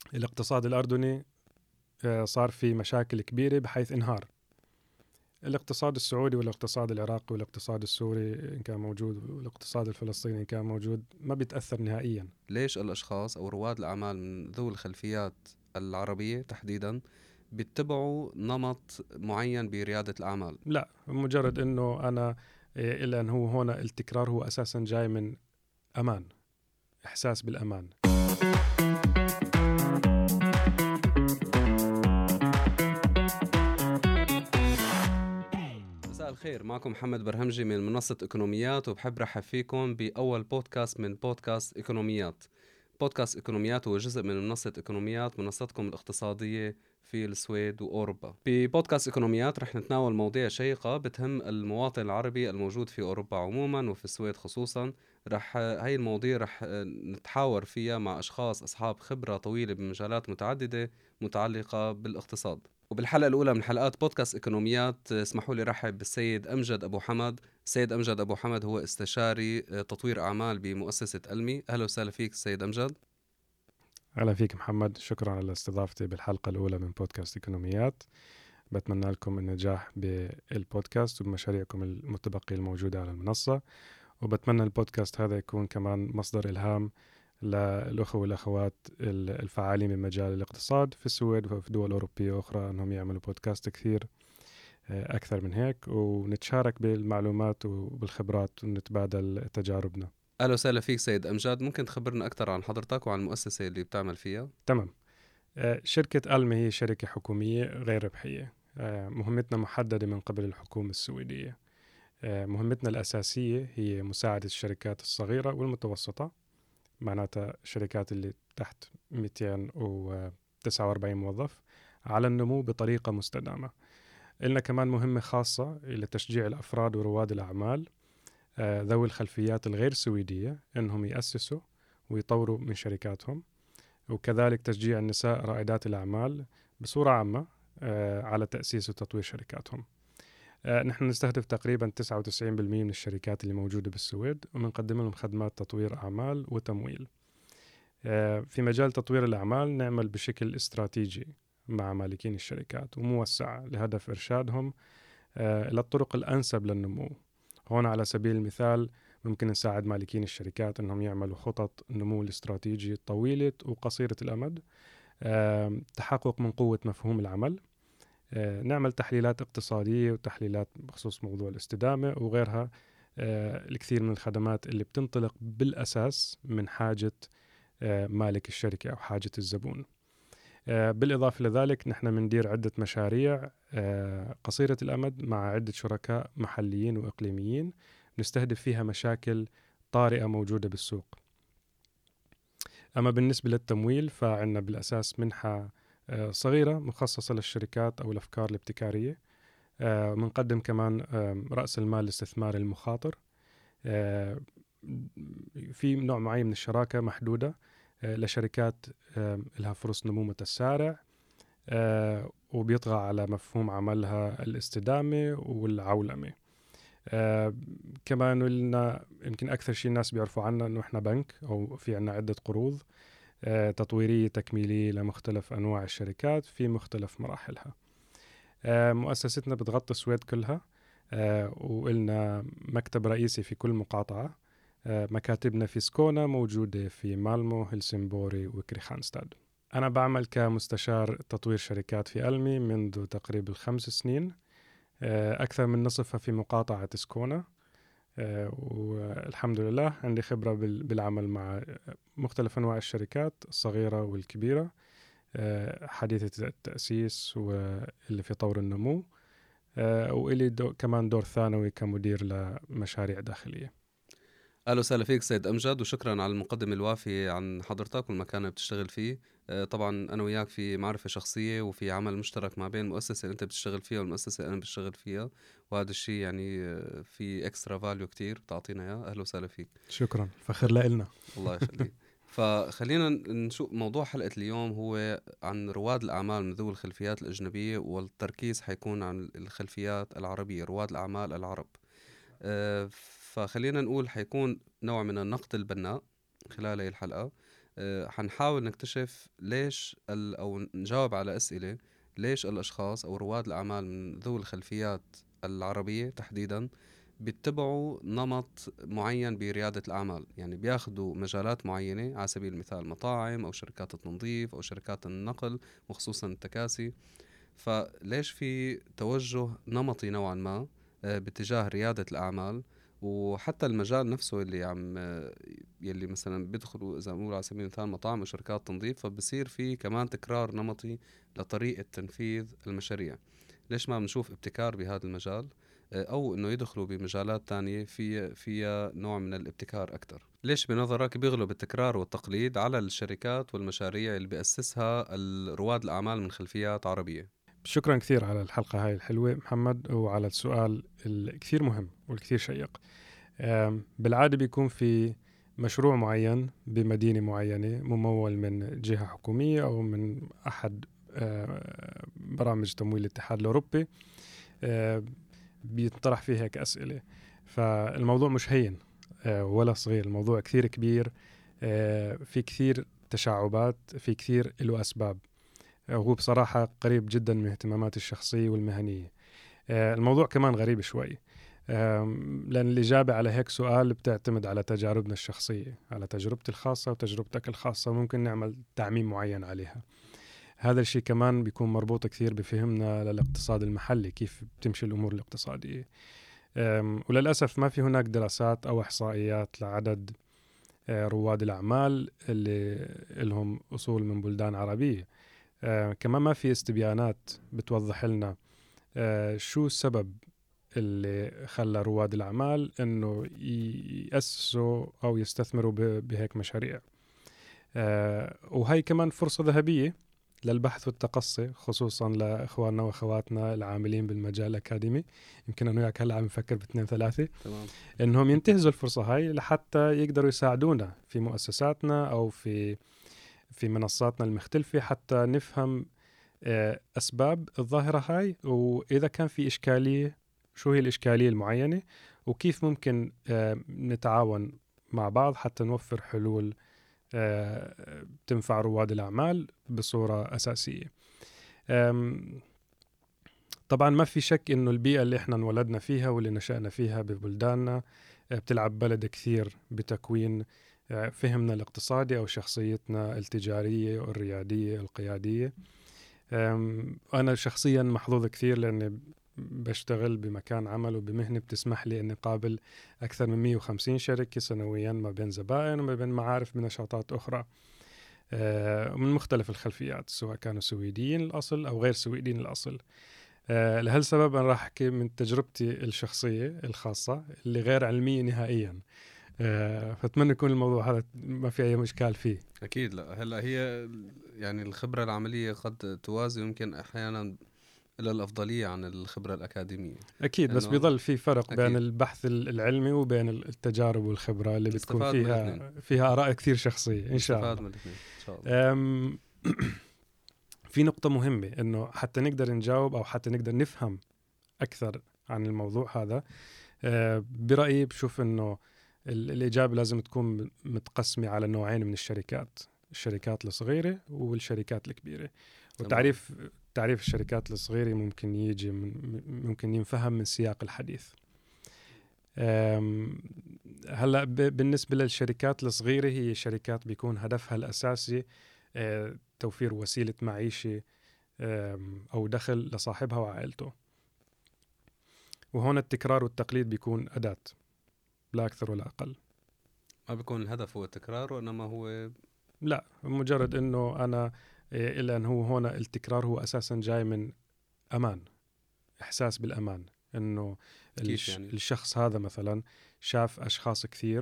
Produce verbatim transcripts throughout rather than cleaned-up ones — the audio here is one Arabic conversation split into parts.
الاقتصاد الأردني صار في مشاكل كبيرة بحيث انهار. الاقتصاد السعودي والاقتصاد العراقي والاقتصاد السوري إن كان موجود والاقتصاد الفلسطيني إن كان موجود ما بيتأثر نهائيا. ليش الأشخاص أو رواد الأعمال من ذوي الخلفيات العربية تحديدا بيتبعوا نمط معين بريادة الأعمال؟ لا، مجرد أنه أنا إلا أن هو هنا التكرار هو أساسا جاي من أمان، إحساس بالأمان. مساء الخير، معكم محمد برهمجي من منصة إيكونوميات، وبحب رحب فيكم بأول بودكاست من بودكاست إيكونوميات. بودكاست إيكونوميات هو جزء من منصة إيكونوميات، منصتكم الاقتصادية في السويد وأوروبا. ببودكاست إيكونوميات رح نتناول مواضيع شيقة بتهم المواطن العربي الموجود في أوروبا عموما وفي السويد خصوصا. رح هاي المواضيع رح نتحاور فيها مع أشخاص أصحاب خبرة طويلة بمجالات متعددة متعلقة بالاقتصاد. وبالحلقة الأولى من حلقات بودكاست إيكونوميات اسمحوا لي رحب بالسيد أمجد أبو حمد. السيد أمجد أبو حمد هو استشاري تطوير أعمال بمؤسسة ألمي. أهلا وسهلا فيك السيد أمجد. أهلا فيك محمد، شكرا على استضافتي بالحلقة الأولى من بودكاست إيكونوميات. بتمنى لكم النجاح بالبودكاست وبمشاريعكم المتبقية الموجودة على المنصة، وبتمنى البودكاست هذا يكون كمان مصدر إلهام للأخوة والأخوات الفعالين من مجال الاقتصاد في السويد وفي دول أوروبية أخرى أنهم يعملوا بودكاست كثير أكثر من هيك، ونتشارك بالمعلومات وبالخبرات ونتبادل تجاربنا. أهلا وسهلا فيك سيد أمجد، ممكن تخبرنا أكثر عن حضرتك وعن المؤسسة اللي بتعمل فيها؟ تمام. شركة ألمي هي شركة حكومية غير ربحية، مهمتنا محددة من قبل الحكومة السويدية. مهمتنا الأساسية هي مساعدة الشركات الصغيرة والمتوسطة، معناتها الشركات اللي تحت مئتين وتسعة وأربعين موظف، على النمو بطريقة مستدامة. إلنا كمان مهمة خاصة لتشجيع الأفراد ورواد الأعمال ذوي الخلفيات الغير سويدية أنهم يأسسوا ويطوروا من شركاتهم، وكذلك تشجيع النساء رائدات الأعمال بصورة عامة على تأسيس وتطوير شركاتهم. نحن نستهدف تقريبا تسعة وتسعين بالمئة من الشركات اللي موجودة بالسويد، ومنقدم لهم خدمات تطوير أعمال وتمويل. في مجال تطوير الأعمال نعمل بشكل استراتيجي مع مالكين الشركات وموسع لهدف إرشادهم إلى الطرق الأنسب للنمو. هون على سبيل المثال ممكن نساعد مالكين الشركات أنهم يعملوا خطط النمو الاستراتيجي طويلة وقصيرة الأمد، تحقق من قوة مفهوم العمل، نعمل تحليلات اقتصادية وتحليلات بخصوص موضوع الاستدامة وغيرها، الكثير من الخدمات اللي بتنطلق بالأساس من حاجة مالك الشركة أو حاجة الزبون. بالإضافة لذلك نحن مندير عدة مشاريع قصيرة الأمد مع عدة شركاء محليين وإقليميين نستهدف فيها مشاكل طارئة موجودة بالسوق. أما بالنسبة للتمويل فعنا بالأساس منحة صغيرة مخصصة للشركات أو الأفكار الابتكارية. منقدم كمان رأس المال الاستثماري المخاطر، في نوع معين من الشراكة محدودة لشركات لها فرص نمو متسارع وبيطغى على مفهوم عملها الاستدامة والعولمة. كمان لنا يمكن أكثر شيء الناس بيعرفوا عنا أنه إحنا بنك أو في عنا عدة قروض تطويرية تكميلية لمختلف أنواع الشركات في مختلف مراحلها. مؤسستنا بتغطي السويد كلها، وإلنا مكتب رئيسي في كل مقاطعة. مكاتبنا في سكونا موجودة في مالمو، هلسنبوري وكريخانستاد. أنا بعمل كمستشار تطوير شركات في ألمي منذ تقريبا خمس سنين، أكثر من نصفها في مقاطعة سكونا، والحمد لله عندي خبرة بالعمل مع مختلف أنواع الشركات الصغيرة والكبيرة، حديثة التأسيس واللي في طور النمو، وإلي دو كمان دور ثانوي كمدير لمشاريع داخلية. أهلا وسهلا فيك سيد أمجد، وشكرا على المقدمة الوافية عن حضرتك والمكان اللي بتشتغل فيه. طبعا أنا وياك في معرفة شخصية وفي عمل مشترك ما بين المؤسسة اللي أنت بتشتغل فيها والمؤسسة اللي أنا بشتغل فيها، وهذا الشيء يعني في إكسترا فاليو كتير بتعطينا إياه. أهلا وسهلا فيك. شكرا، فخر لنا. الله يخليك. فخلينا نشوف موضوع حلقة اليوم هو عن رواد الأعمال من ذوي الخلفيات الأجنبية، والتركيز حيكون عن الخلفيات العربية، رواد الأعمال العرب. أه فخلينا نقول حيكون نوع من النقد البناء خلال هذه الحلقة. حنحاول نكتشف ليش أو نجاوب على أسئلة ليش الأشخاص أو رواد الأعمال من ذوي الخلفيات العربية تحديداً بيتبعوا نمط معين بريادة الأعمال. يعني بياخدوا مجالات معينة، على سبيل المثال مطاعم أو شركات التنظيف أو شركات النقل وخصوصاً التكاسي. فليش في توجه نمطي نوعاً ما باتجاه ريادة الأعمال، وحتى المجال نفسه اللي عم يلي مثلا بيدخلوا إذا نقول على سبيل المثال مطاعم وشركات تنظيف، فبصير في كمان تكرار نمطي لطريقة تنفيذ المشاريع. ليش ما بنشوف ابتكار بهذا المجال، أو إنه يدخلوا بمجالات تانية في فيها نوع من الابتكار أكتر؟ ليش بنظرك بيغلب التكرار والتقليد على الشركات والمشاريع اللي بيأسسها رواد الأعمال من خلفيات عربية؟ شكرا كثير على الحلقة هاي الحلوة محمد، وعلى السؤال الكثير مهم والكثير شيق. بالعادة بيكون في مشروع معين بمدينة معينة ممول من جهة حكومية أو من أحد برامج تمويل الاتحاد الأوروبي، بيطرح فيه هيك أسئلة. فالموضوع مش هين ولا صغير، الموضوع كثير كبير، في كثير تشعبات، في كثير له أسباب. هو بصراحة قريب جدا من اهتماماتي الشخصية والمهنية. الموضوع كمان غريب شوي، لأن الإجابة على هيك سؤال بتعتمد على تجاربنا الشخصية، على تجربتي الخاصة وتجربتك الخاصة، ممكن نعمل تعميم معين عليها. هذا الشيء كمان بيكون مربوط كثير بفهمنا للاقتصاد المحلي، كيف بتمشي الأمور الاقتصادية. وللأسف ما في هناك دراسات أو إحصائيات لعدد رواد الأعمال اللي لهم أصول من بلدان عربية. كمان ما في استبيانات بتوضح لنا شو السبب اللي خلى رواد الأعمال إنه يأسسوا أو يستثمروا بهيك مشاريع. وهي كمان فرصة ذهبية للبحث والتقصي، خصوصا لإخواننا وأخواتنا العاملين بالمجال الأكاديمي. يمكن أنه ياك هلأ عم نفكر باثنين ثلاثة تمام. إنهم ينتهزوا الفرصة هاي لحتى يقدروا يساعدونا في مؤسساتنا أو في في منصاتنا المختلفة، حتى نفهم أسباب الظاهرة هاي، وإذا كان في إشكالية شو هي الإشكالية المعينة، وكيف ممكن نتعاون مع بعض حتى نوفر حلول تنفع رواد الأعمال بصورة أساسية. طبعا ما في شك إنه البيئة اللي إحنا انولدنا فيها واللي نشأنا فيها ببلداننا بتلعب بلد كثير بتكوين فهمنا الاقتصادي أو شخصيتنا التجارية والريادية القيادية. أنا شخصيا محظوظ كثير لأني بشتغل بمكان عمل وبمهنة بتسمح لي أني قابل أكثر من مية وخمسين شركة سنويا، ما بين زبائن وما بين معارف بنشاطات أخرى من مختلف الخلفيات، سواء كانوا سويديين الأصل أو غير سويديين الأصل. لهالسبب أنا راح أحكي من تجربتي الشخصية الخاصة اللي غير علمية نهائيا، فأتمنى يكون الموضوع هذا ما في أي مشكال فيه. أكيد لا. هلأ هي يعني الخبرة العملية قد توازي يمكن أحيانا إلى الأفضلية عن الخبرة الأكاديمية. أكيد، بس بيظل في فرق أكيد بين البحث العلمي وبين التجارب والخبرة اللي بتكون فيها فيها آراء كثير شخصية إن شاء الله. من الاثنين إن شاء الله. في نقطة مهمة إنه حتى نقدر نجاوب أو حتى نقدر نفهم أكثر عن الموضوع هذا، برأيي بشوف إنه الإجابة لازم تكون متقسمة على نوعين من الشركات: الشركات الصغيرة والشركات الكبيرة. وتعريف تعريف الشركات الصغيرة ممكن يجي من ممكن ينفهم من سياق الحديث. هلا بالنسبة للشركات الصغيرة، هي شركات بيكون هدفها الأساسي توفير وسيلة معيشة أو دخل لصاحبها وعائلته، وهون التكرار والتقليد بيكون أداة لا أكثر ولا أقل. ما بيكون الهدف هو التكرار، وإنما هو لا، مجرد إنه أنا إلا أن هو هنا التكرار هو أساسا جاي من أمان، إحساس بالأمان، إنه الش... يعني؟ الشخص هذا مثلا شاف أشخاص كثير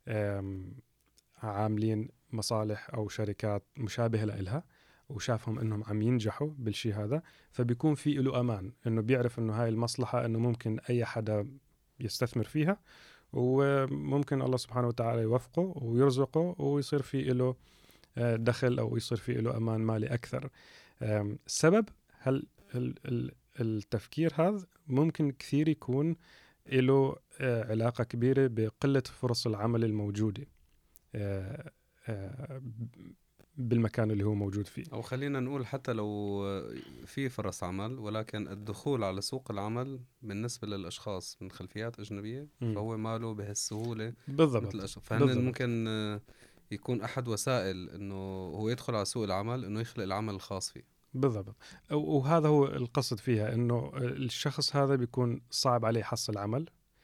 عاملين مصالح أو شركات مشابهة لإلها، وشافهم إنهم عم ينجحوا بالشي هذا، فبيكون في له أمان، إنه بيعرف إنه هاي المصلحة إنه ممكن أي حدا يستثمر فيها، وممكن الله سبحانه وتعالى يوفقه ويرزقه ويصير في له دخل أو يصير في له أمان مالي أكثر. السبب هل التفكير هذا ممكن كثير يكون له علاقة كبيرة بقلة فرص العمل الموجودة بالمكان اللي هو موجود فيه. أو خلينا نقول حتى لو في فرص عمل، ولكن الدخول على سوق العمل بالنسبة للأشخاص من خلفيات أجنبية م. فهو ماله بهالسهولة بالضبط مثل الأشخاص. فهن ممكن يكون أحد وسائل إنه هو يدخل على سوق العمل، إنه يخلق العمل الخاص فيه. بالضبط. وهذا هو القصد فيها، إنه الشخص هذا بيكون صعب عليه يحصل عمل،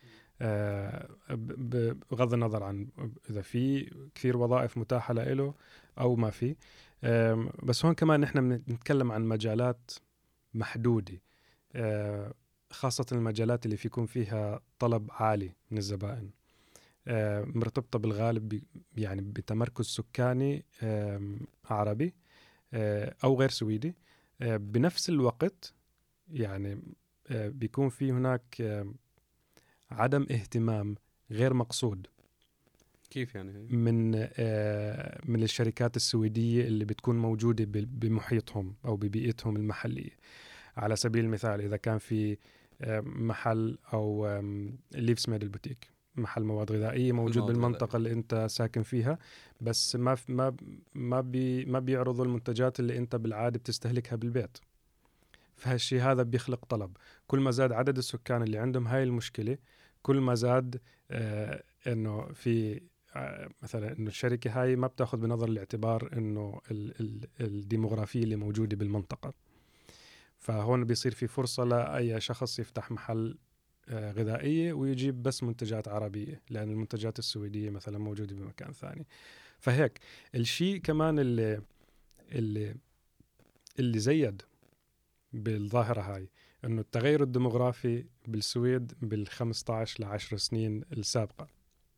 بغض النظر عن إذا في كثير وظائف متاحة له أو ما في. بس هون كمان نحن بنتكلم عن مجالات محدودة، خاصة المجالات اللي فيكون فيها طلب عالي من الزبائن، مرتبطة بالغالب يعني بتمركز سكاني عربي أو غير سويدي. بنفس الوقت يعني بيكون في هناك عدم اهتمام غير مقصود. كيف يعني؟ من آه من الشركات السويدية اللي بتكون موجودة بمحيطهم أو ببيئتهم المحلية. على سبيل المثال إذا كان في آه محل أو ليفس ميدل بوتيك، محل مواد غذائية موجود بالمنطقة غذائية. اللي أنت ساكن فيها، بس ما ما ما بي ما بيعرضوا المنتجات اللي أنت بالعادة بتستهلكها بالبيت. فهالشي هذا بيخلق طلب. كل ما زاد عدد السكان اللي عندهم هاي المشكلة، كل ما زاد آه إنه في آه مثلا إنه الشركة هاي ما بتاخذ بنظر الاعتبار إنه ال ال الديموغرافية اللي موجودة بالمنطقة. فهون بيصير في فرصة لأي شخص يفتح محل آه غذائية ويجيب بس منتجات عربية، لأن المنتجات السويدية مثلا موجودة بمكان ثاني. فهيك الشيء كمان اللي اللي اللي زيد بالظاهرة هاي إنه التغير الديموغرافي بالسويد بالخمسة عشر لعشر سنين السابقة،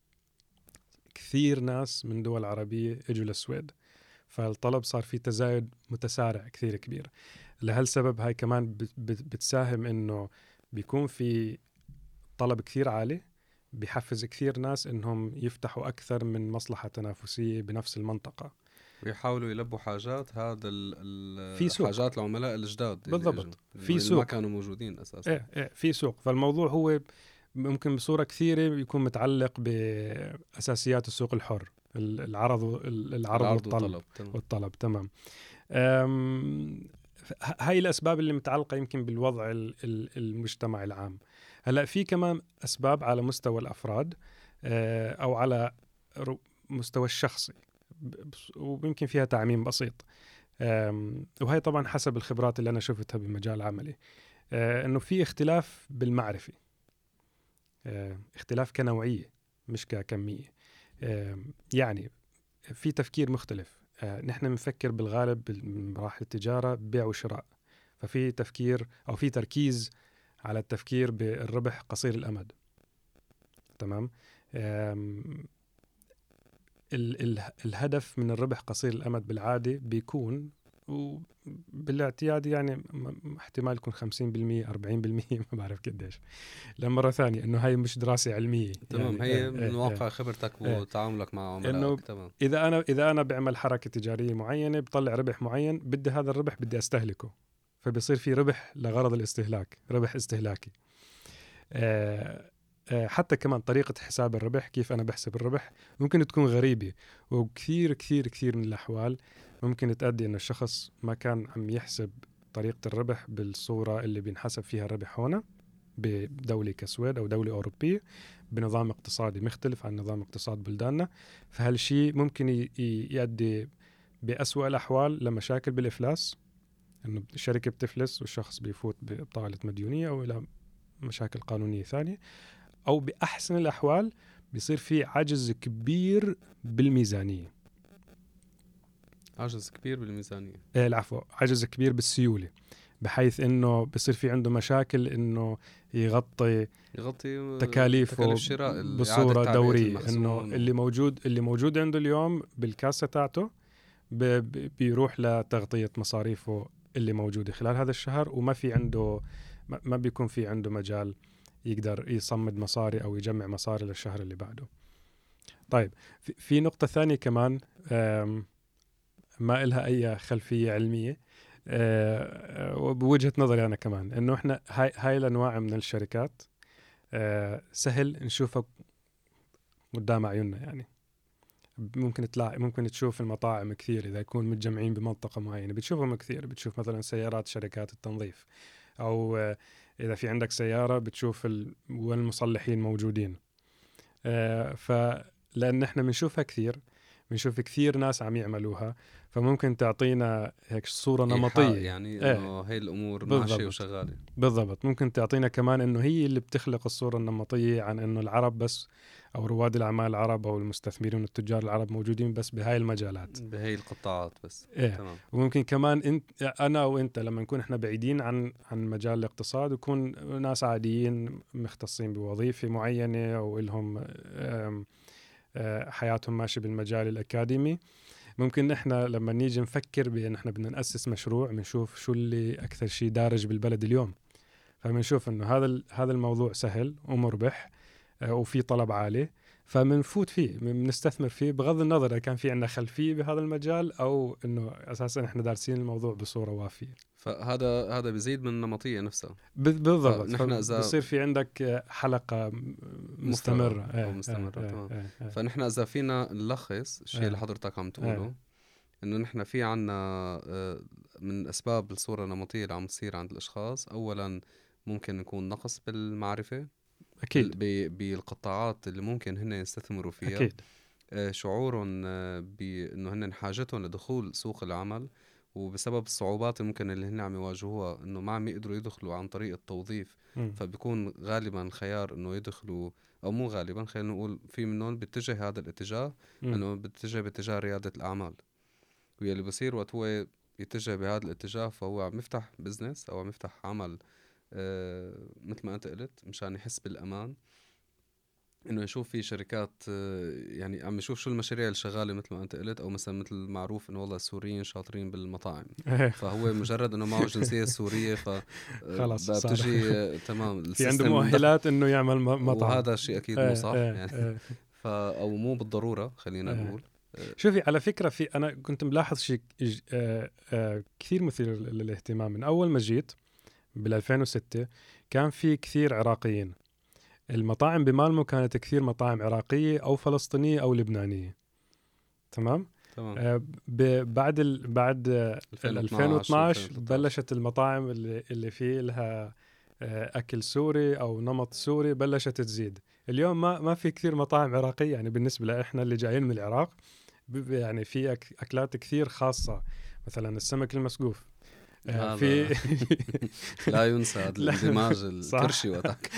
كثير ناس من دول عربية اجوا للسويد، فالطلب صار فيه تزايد متسارع كثير كبير. لهالسبب هاي كمان بتساهم إنه بيكون في طلب كثير عالي، بيحفز كثير ناس إنهم يفتحوا أكثر من مصلحة تنافسية بنفس المنطقة، ويحاولوا يلبوا حاجات هذا ال في سوق. حاجات العملاء الجداد بالضبط، في سوق ما كانوا موجودين أساسا. إيه إيه في سوق. فالموضوع هو ممكن بصورة كثيرة يكون متعلق بأساسيات السوق الحر، العرض العرض, العرض والطلب تمام. والطلب تمام. هاي الأسباب اللي متعلقة يمكن بالوضع المجتمع العام. هلأ في كمان أسباب على مستوى الأفراد أو على مستوى الشخصي، ويمكن فيها تعميم بسيط، وهي طبعا حسب الخبرات اللي أنا شفتها بمجال عملي. إنه في اختلاف بالمعرفة، اختلاف كنوعية مش ككمية. يعني في تفكير مختلف. نحن بنفكر بالغالب بمراحل التجارة بيع وشراء، ففي تفكير أو في تركيز على التفكير بالربح قصير الأمد. تمام. ال ال الهدف من الربح قصير الأمد بالعادة بيكون، وبالاعتياد يعني احتمال يكون خمسين بالمية أربعين بالمية ما بعرف قديش، لمرة ثانية إنه هاي مش دراسة علمية. تمام. يعني هي اه من اه واقع اه خبرتك اه وتعاملك مع عملائك. تمام. إذا أنا إذا أنا بعمل حركة تجارية معينة بطلع ربح معين، بدي هذا الربح بدي أستهلكه، فبيصير في ربح لغرض الاستهلاك، ربح استهلاكي. آه حتى كمان طريقة حساب الربح، كيف أنا بحسب الربح ممكن تكون غريبة، وكثير كثير كثير من الأحوال ممكن تؤدي إن الشخص ما كان عم يحسب طريقة الربح بالصورة اللي بينحسب فيها الربح هنا بدولة كسويد أو دولة أوروبية بنظام اقتصادي مختلف عن نظام اقتصاد بلداننا. فهالشي ممكن يؤدي بأسوأ الأحوال لمشاكل بالإفلاس، إنه الشركة بتفلس والشخص بيفوت بطاولة مديونية أو إلى مشاكل قانونية ثانية، أو بأحسن الأحوال بيصير في عجز كبير بالميزانية. عجز كبير بالميزانية إيه العفو، عجز كبير بالسيولة، بحيث إنه بيصير في عنده مشاكل إنه يغطي يغطي تكاليفه تكاليف شراء بصورة دورية. إنه اللي موجود اللي موجود عنده اليوم بالكاسة تاعته بيروح لتغطية مصاريفه اللي موجودة خلال هذا الشهر، وما في عنده ما بيكون في عنده مجال يقدر يصمد مصاري أو يجمع مصاري للشهر اللي بعده. طيب في نقطة ثانية كمان ما إلها أي خلفية علمية، وبوجهة نظري أنا كمان، إنه إحنا هاي هاي الأنواع من الشركات سهل نشوفها قدام عيوننا يعني، ممكن تلاقي ممكن تشوف المطاعم كثير إذا يكون متجمعين بمنطقة معينة بتشوفهم كثير. بتشوف مثلا سيارات شركات التنظيف، أو إذا في عندك سيارة بتشوف ال... والمصلحين موجودين. آه فلأن إحنا بنشوفها كثير، بنشوف كثير ناس عم يعملوها، فممكن تعطينا هيك صورة نمطية يعني إيه. إنه هاي الأمور بالضبط. ماشية وشغالة. بالضبط. ممكن تعطينا كمان إنه هي اللي بتخلق الصورة النمطية عن إنه العرب بس، أو رواد الأعمال العرب أو المستثمرين والتجار العرب موجودين بس بهاي المجالات، بهاي القطاعات بس. إيه. تمام. وممكن كمان انت انا وانت لما نكون احنا بعيدين عن عن مجال الاقتصاد، ويكون ناس عاديين مختصين بوظيفة معينة او لهم حياتهم ماشي بالمجال الأكاديمي، ممكن احنا لما نيجي نفكر بان احنا بدنا نأسس مشروع بنشوف شو اللي اكثر شيء دارج بالبلد اليوم، فبنشوف انه هذا هذا الموضوع سهل ومربح وفي طلب عالي، فمنفوت فيه، بنستثمر فيه بغض النظر إذا كان في عندنا خلفية بهذا المجال أو إنه أساساً إحنا دارسين الموضوع بصورة وافية. فهذا هذا بيزيد من النمطية نفسها. بالضبط. نحن إذا بصير في عندك حلقة مستمرة أو مستمرة. اه تمام. اه اه فنحن إذا فينا نلخص الشيء اه اللي حضرتك عم تقوله، اه إنه نحن في عنا من أسباب الصورة النمطية اللي عم تصير عند الأشخاص، أولاً ممكن يكون نقص بالمعرفة أكيد بالقطاعات اللي ممكن هن يستثمروا فيها. أكيد. شعورهم بأنه هن حاجتهم لدخول سوق العمل، وبسبب الصعوبات ممكن اللي هن عم يواجهوها انه ما عم يقدروا يدخلوا عن طريق التوظيف، م. فبيكون غالبا الخيار انه يدخلوا، او مو غالبا خلينا نقول في منهم بيتجه هذا الاتجاه، م. انه بيتجه باتجاه ريادة الاعمال، واللي بصير وقت هو يتجه بهذا الاتجاه فهو عم يفتح بزنس او عم يفتح عمل آه مثل ما انت قلت مشان يحس بالامان، انه يشوف في شركات يعني عم يشوف شو المشاريع الشغاله مثل ما انت قلت، او مثلا مثل معروف انه والله السوريين شاطرين بالمطاعم فهو مجرد انه معه الجنسيه السوريه ف خلاص بتجي تمام في عنده مؤهلات انه يعمل مطعم، وهذا شيء اكيد مو صح يعني ف او مو بالضروره خلينا نقول. شوفي على فكره في انا كنت ملاحظ شيء كثير مثير للاهتمام. من اول ما جيت بال ألفين وستة كان في كثير عراقيين، المطاعم بمالمو كانت كثير مطاعم عراقية أو فلسطينية أو لبنانية. تمام. تمام. آه بعد ال بعد ألفين واثناشر بلشت المطاعم اللي اللي فيه لها آه أكل سوري أو نمط سوري بلشت تزيد. اليوم ما ما في كثير مطاعم عراقية يعني بالنسبة لإحنا اللي جايين من العراق، يعني في أك أكلات كثير خاصة، مثلا السمك المسقوف آه في لا ينسى هذا الاندماج الكرشي وقتك.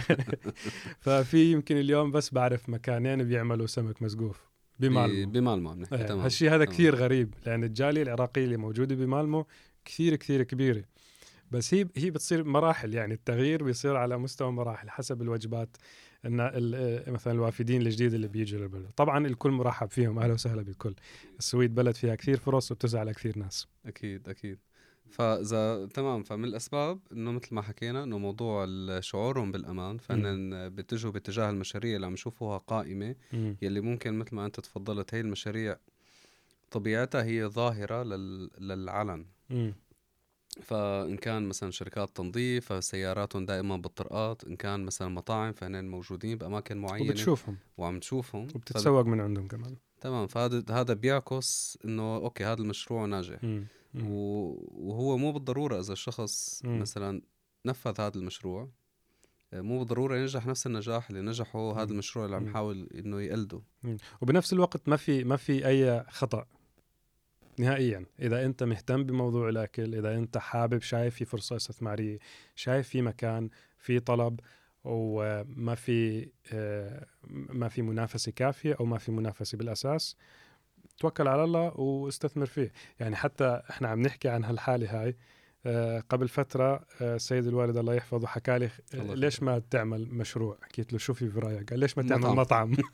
ففي يمكن اليوم بس بعرف مكانين بيعملوا سمك مسقوف بمالمو. بمالمو بنحكي. ايه. تمام. هالشيء هذا تمام. كثير غريب لأن الجالية العراقية اللي موجودة بمالمو كثير كثير كبيرة، بس هي هي بتصير مراحل، يعني التغيير بيصير على مستوى مراحل حسب الوجبات. إن مثلا الوافدين الجديد اللي بيجوا للبلد طبعا الكل مرحب فيهم، أهلا وسهلا بالكل. السويد بلد فيها كثير فرص وبتوزع على كثير ناس. أكيد أكيد. فإذا تمام، فمن الأسباب إنه مثل ما حكينا إنه موضوع شعورهم بالأمان، فإن بيتجهوا باتجاه المشاريع اللي عم نشوفوها قائمة، م. يلي ممكن مثل ما أنت تفضلت هي المشاريع طبيعتها هي ظاهرة لل... للعلن. م. فإن كان مثلا شركات تنظيف فسياراتهم دائما بالطرقات، إن كان مثلا مطاعم فهن موجودين بأماكن معينة وبتشوفهم وعم تشوفهم وبتتسوق فب... من عندهم كمان. تمام. فهذا هذا بيعكس إنه أوكي هذا المشروع ناجح. م. وهو مو بالضرورة إذا الشخص م. مثلا نفذ هذا المشروع مو بالضرورة ينجح نفس النجاح اللي نجحه هذا المشروع اللي عم يحاول إنه يقلده. م. وبنفس الوقت ما في ما في أي خطأ نهائيا. إذا أنت مهتم بموضوع الأكل، إذا أنت حابب شايف في فرصة استثمارية، شايف في مكان في طلب وما في ما في منافسة كافية أو ما في منافسة بالأساس، توكل على الله واستثمر فيه. يعني حتى احنا عم نحكي عن هالحالة هاي آه قبل فترة آه السيد الوالد الله يحفظه حكى لي آه ليش ما تعمل مشروع؟ حكيت له شو في برايك؟ قال ليش ما تعمل مطعم, مطعم.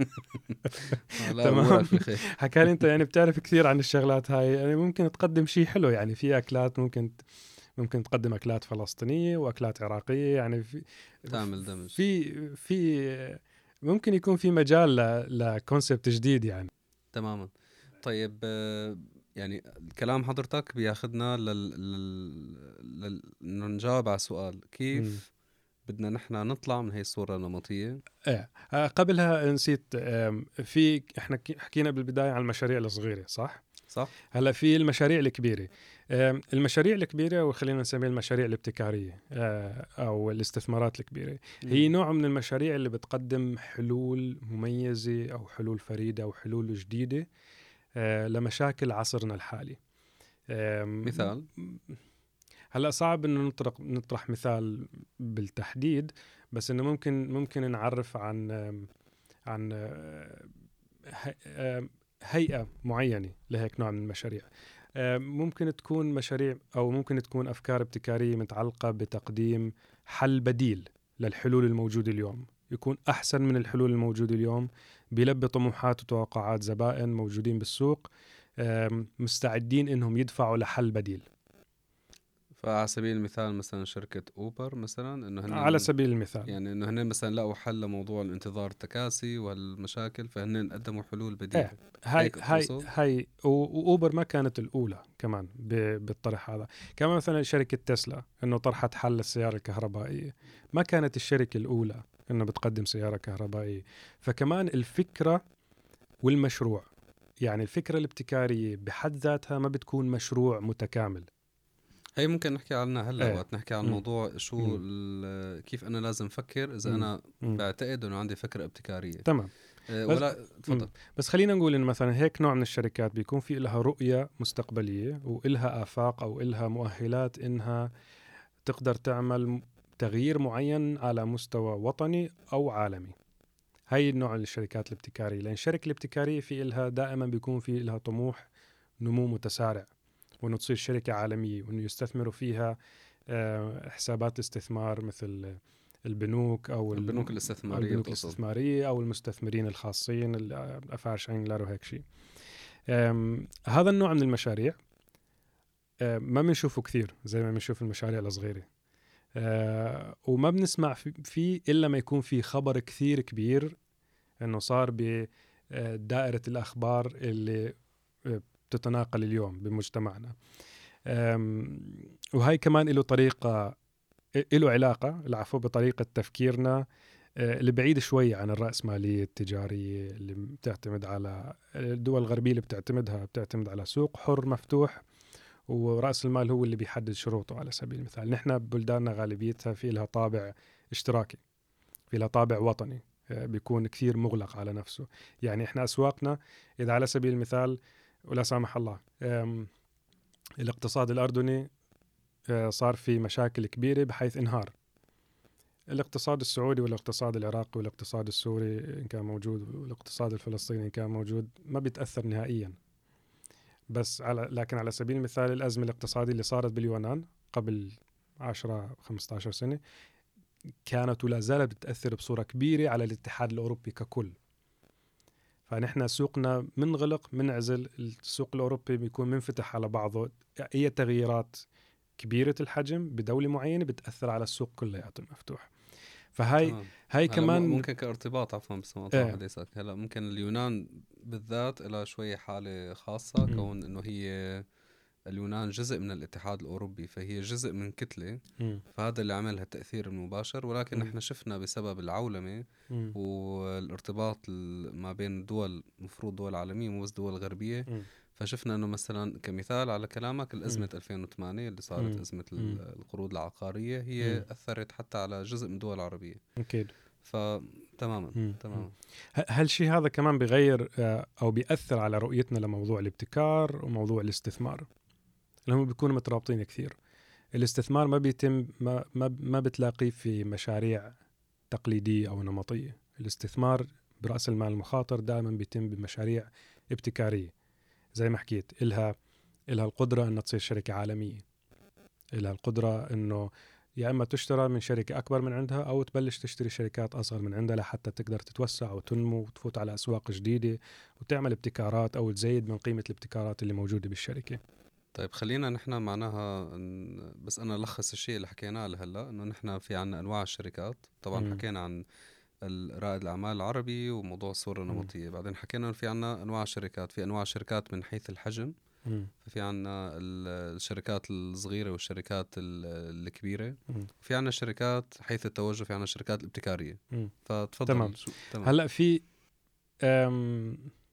تمام. حكى لي انت يعني بتعرف كثير عن الشغلات هاي، يعني ممكن تقدم شيء حلو، يعني في اكلات ممكن ممكن تقدم اكلات فلسطينية واكلات عراقية، يعني في تعمل دمج، في في ممكن يكون في مجال لكونسبت جديد يعني. تماما. طيب يعني كلام حضرتك بياخدنا لل... لل... لل... نجاوب على سؤال كيف م. بدنا نحن نطلع من هاي الصورة النمطية. ايه آه، قبلها نسيت، آم، في احنا كي- حكينا بالبداية عن المشاريع الصغيرة، صح؟ صح؟ هلا في المشاريع الكبيرة. آم، المشاريع الكبيرة، وخلينا نسميها المشاريع الابتكارية آه، أو الاستثمارات الكبيرة، هي مم. نوع من المشاريع اللي بتقدم حلول مميزة أو حلول فريدة أو حلول جديدة آه، لمشاكل عصرنا الحالي. آم، مثال. هلا صعب انه نطرق نطرح مثال بالتحديد، بس انه ممكن ممكن نعرف عن آم، عن آه، هي- آم، هيئة معينة لهيك نوع من المشاريع. آم، ممكن تكون مشاريع أو ممكن تكون أفكار ابتكارية متعلقة بتقديم حل بديل للحلول الموجودة اليوم، يكون أحسن من الحلول الموجودة اليوم، بيلبي طموحات وتوقعات زبائن موجودين بالسوق آم، مستعدين إنهم يدفعوا لحل بديل. فعلى سبيل المثال مثلا شركة أوبر مثلا، إنه على هن سبيل المثال. يعني إنه هن مثلا لقوا حل لموضوع الانتظار التكاسي والمشاكل، فهن قدموا حلول بديلة. ايه هاي هيك هاي بتقصد؟ هاي و- واوبر ما كانت الاولى كمان ب- بالطرح هذا. كمان مثلا شركه تسلا انه طرحت حل للسياره الكهربائيه، ما كانت الشركه الاولى انه بتقدم سياره كهربائيه. فكمان الفكره والمشروع، يعني الفكره الابتكاريه بحد ذاتها ما بتكون مشروع متكامل. هي ممكن نحكي عنها هلا ايه وقت نحكي عن مم. موضوع شو مم. ال- كيف أنا لازم أفكر إذا مم. أنا مم. بعتقد إنه عندي فكرة ابتكارية. تمام. أه بس ولا مم. تفضل. بس خلينا نقول إن مثلا هيك نوع من الشركات بيكون في لها رؤية مستقبلية وإلها آفاق أو إلها مؤهلات إنها تقدر تعمل م- تغيير معين على مستوى وطني أو عالمي. هاي النوع من الشركات الابتكارية، لأن الشركة الابتكارية في إلها دائما بيكون في إلها طموح نمو متسارع، وإنه تصير شركة عالمية، وإنه يستثمروا فيها آه، حسابات استثمار مثل البنوك او البنوك ال- أو الاستثمارية البنوك بتقصد؟ الاستثماريه او المستثمرين الخاصين الافارش انجلر وهيك شيء. أم، هذا النوع من المشاريع أم، ما بنشوفه كثير زي ما بنشوف المشاريع الصغيره. أه، وما بنسمع في- فيه الا ما يكون في خبر كثير كبير انه صار بدائره الاخبار اللي أه، بتتناقل اليوم بمجتمعنا. أم، وهي كمان له طريقه، له علاقه العفو بطريقه تفكيرنا آه، اللي بعيد شوي عن الرأسمالية التجارية اللي بتعتمد على الدول الغربية، اللي بتعتمدها بتعتمد على سوق حر مفتوح، ورأس المال هو اللي بيحدد شروطه. على سبيل المثال نحن ببلداننا غالبيتها في لها طابع اشتراكي، في لها طابع وطني آه، بيكون كثير مغلق على نفسه. يعني احنا أسواقنا إذا على سبيل المثال ولا سامح الله آم، الاقتصاد الأردني آه، صار في مشاكل كبيرة بحيث انهار. الاقتصاد السعودي والاقتصاد العراقي والاقتصاد السوري إن كان موجود والاقتصاد الفلسطيني إن كان موجود ما بيتأثر نهائيا. بس على لكن على سبيل المثال الأزمة الاقتصادية اللي صارت باليونان قبل عشرة خمسة عشر سنة كانت ولا زالت بتأثر بصورة كبيرة على الاتحاد الأوروبي ككل. فنحن سوقنا منغلق منعزل، السوق الأوروبي بيكون منفتح على بعضه. أي تغييرات كبيرة الحجم بدولة معينة بتأثر على السوق كلياته المفتوح. فهاي تمام. هاي هلا م- كمان ممكن كارتباط، عفوا بس ما اقطع ايه حديثك، هلا ممكن اليونان بالذات لها شوية حالة خاصة، مم. كون انه هي اليونان جزء من الاتحاد الاوروبي، فهي جزء من كتلة، مم. فهذا اللي عمل هالتأثير المباشر. ولكن مم. نحن شفنا بسبب العولمة مم. والارتباط ال- ما بين دول، مفروض دول عالمية مو بس دول غربية، مم. فشفنا انه مثلا كمثال على كلامك مم. الأزمة ألفين وثمانية اللي صارت، مم. أزمة مم. ال- القروض العقارية، هي مم. أثرت حتى على جزء من الدول العربية. أكيد. فتماما مم. مم. تماما. ه- هالشيء هذا كمان بغير آه، أو بيأثر على رؤيتنا لموضوع الابتكار وموضوع الاستثمار اللي هم بيكونوا مترابطين كثير. الاستثمار ما بيتم ما ما ما بتلاقيه في مشاريع تقليدية أو نمطية. الاستثمار برأس المال المخاطر دائما بيتم بمشاريع ابتكارية، زي ما حكيت إلها إلها القدرة أن تصير شركة عالمية، إلها القدرة أنه يا إما تشترى من شركة أكبر من عندها أو تبلش تشتري شركات أصغر من عندها لحتى تقدر تتوسع وتنمو وتفوت على أسواق جديدة وتعمل ابتكارات أو تزيد من قيمة الابتكارات اللي موجودة بالشركة. طيب خلينا نحن معناها ن- بس أنا ألخص الشيء اللي حكيناه لهلا، إنه نحن في عنا أنواع الشركات. طبعا مم. حكينا عن ال- رائد الأعمال العربي وموضوع الصورة مم. النمطية، بعدين حكينا إنه في عنا أنواع الشركات، في أنواع شركات من حيث الحجم، مم. في عنا الشركات الصغيرة والشركات ال- الكبيرة، مم. في عنا شركات حيث التوجه، في عنا الشركات الابتكارية. مم. فتفضل. تمام. شو تمام. هلا في أم...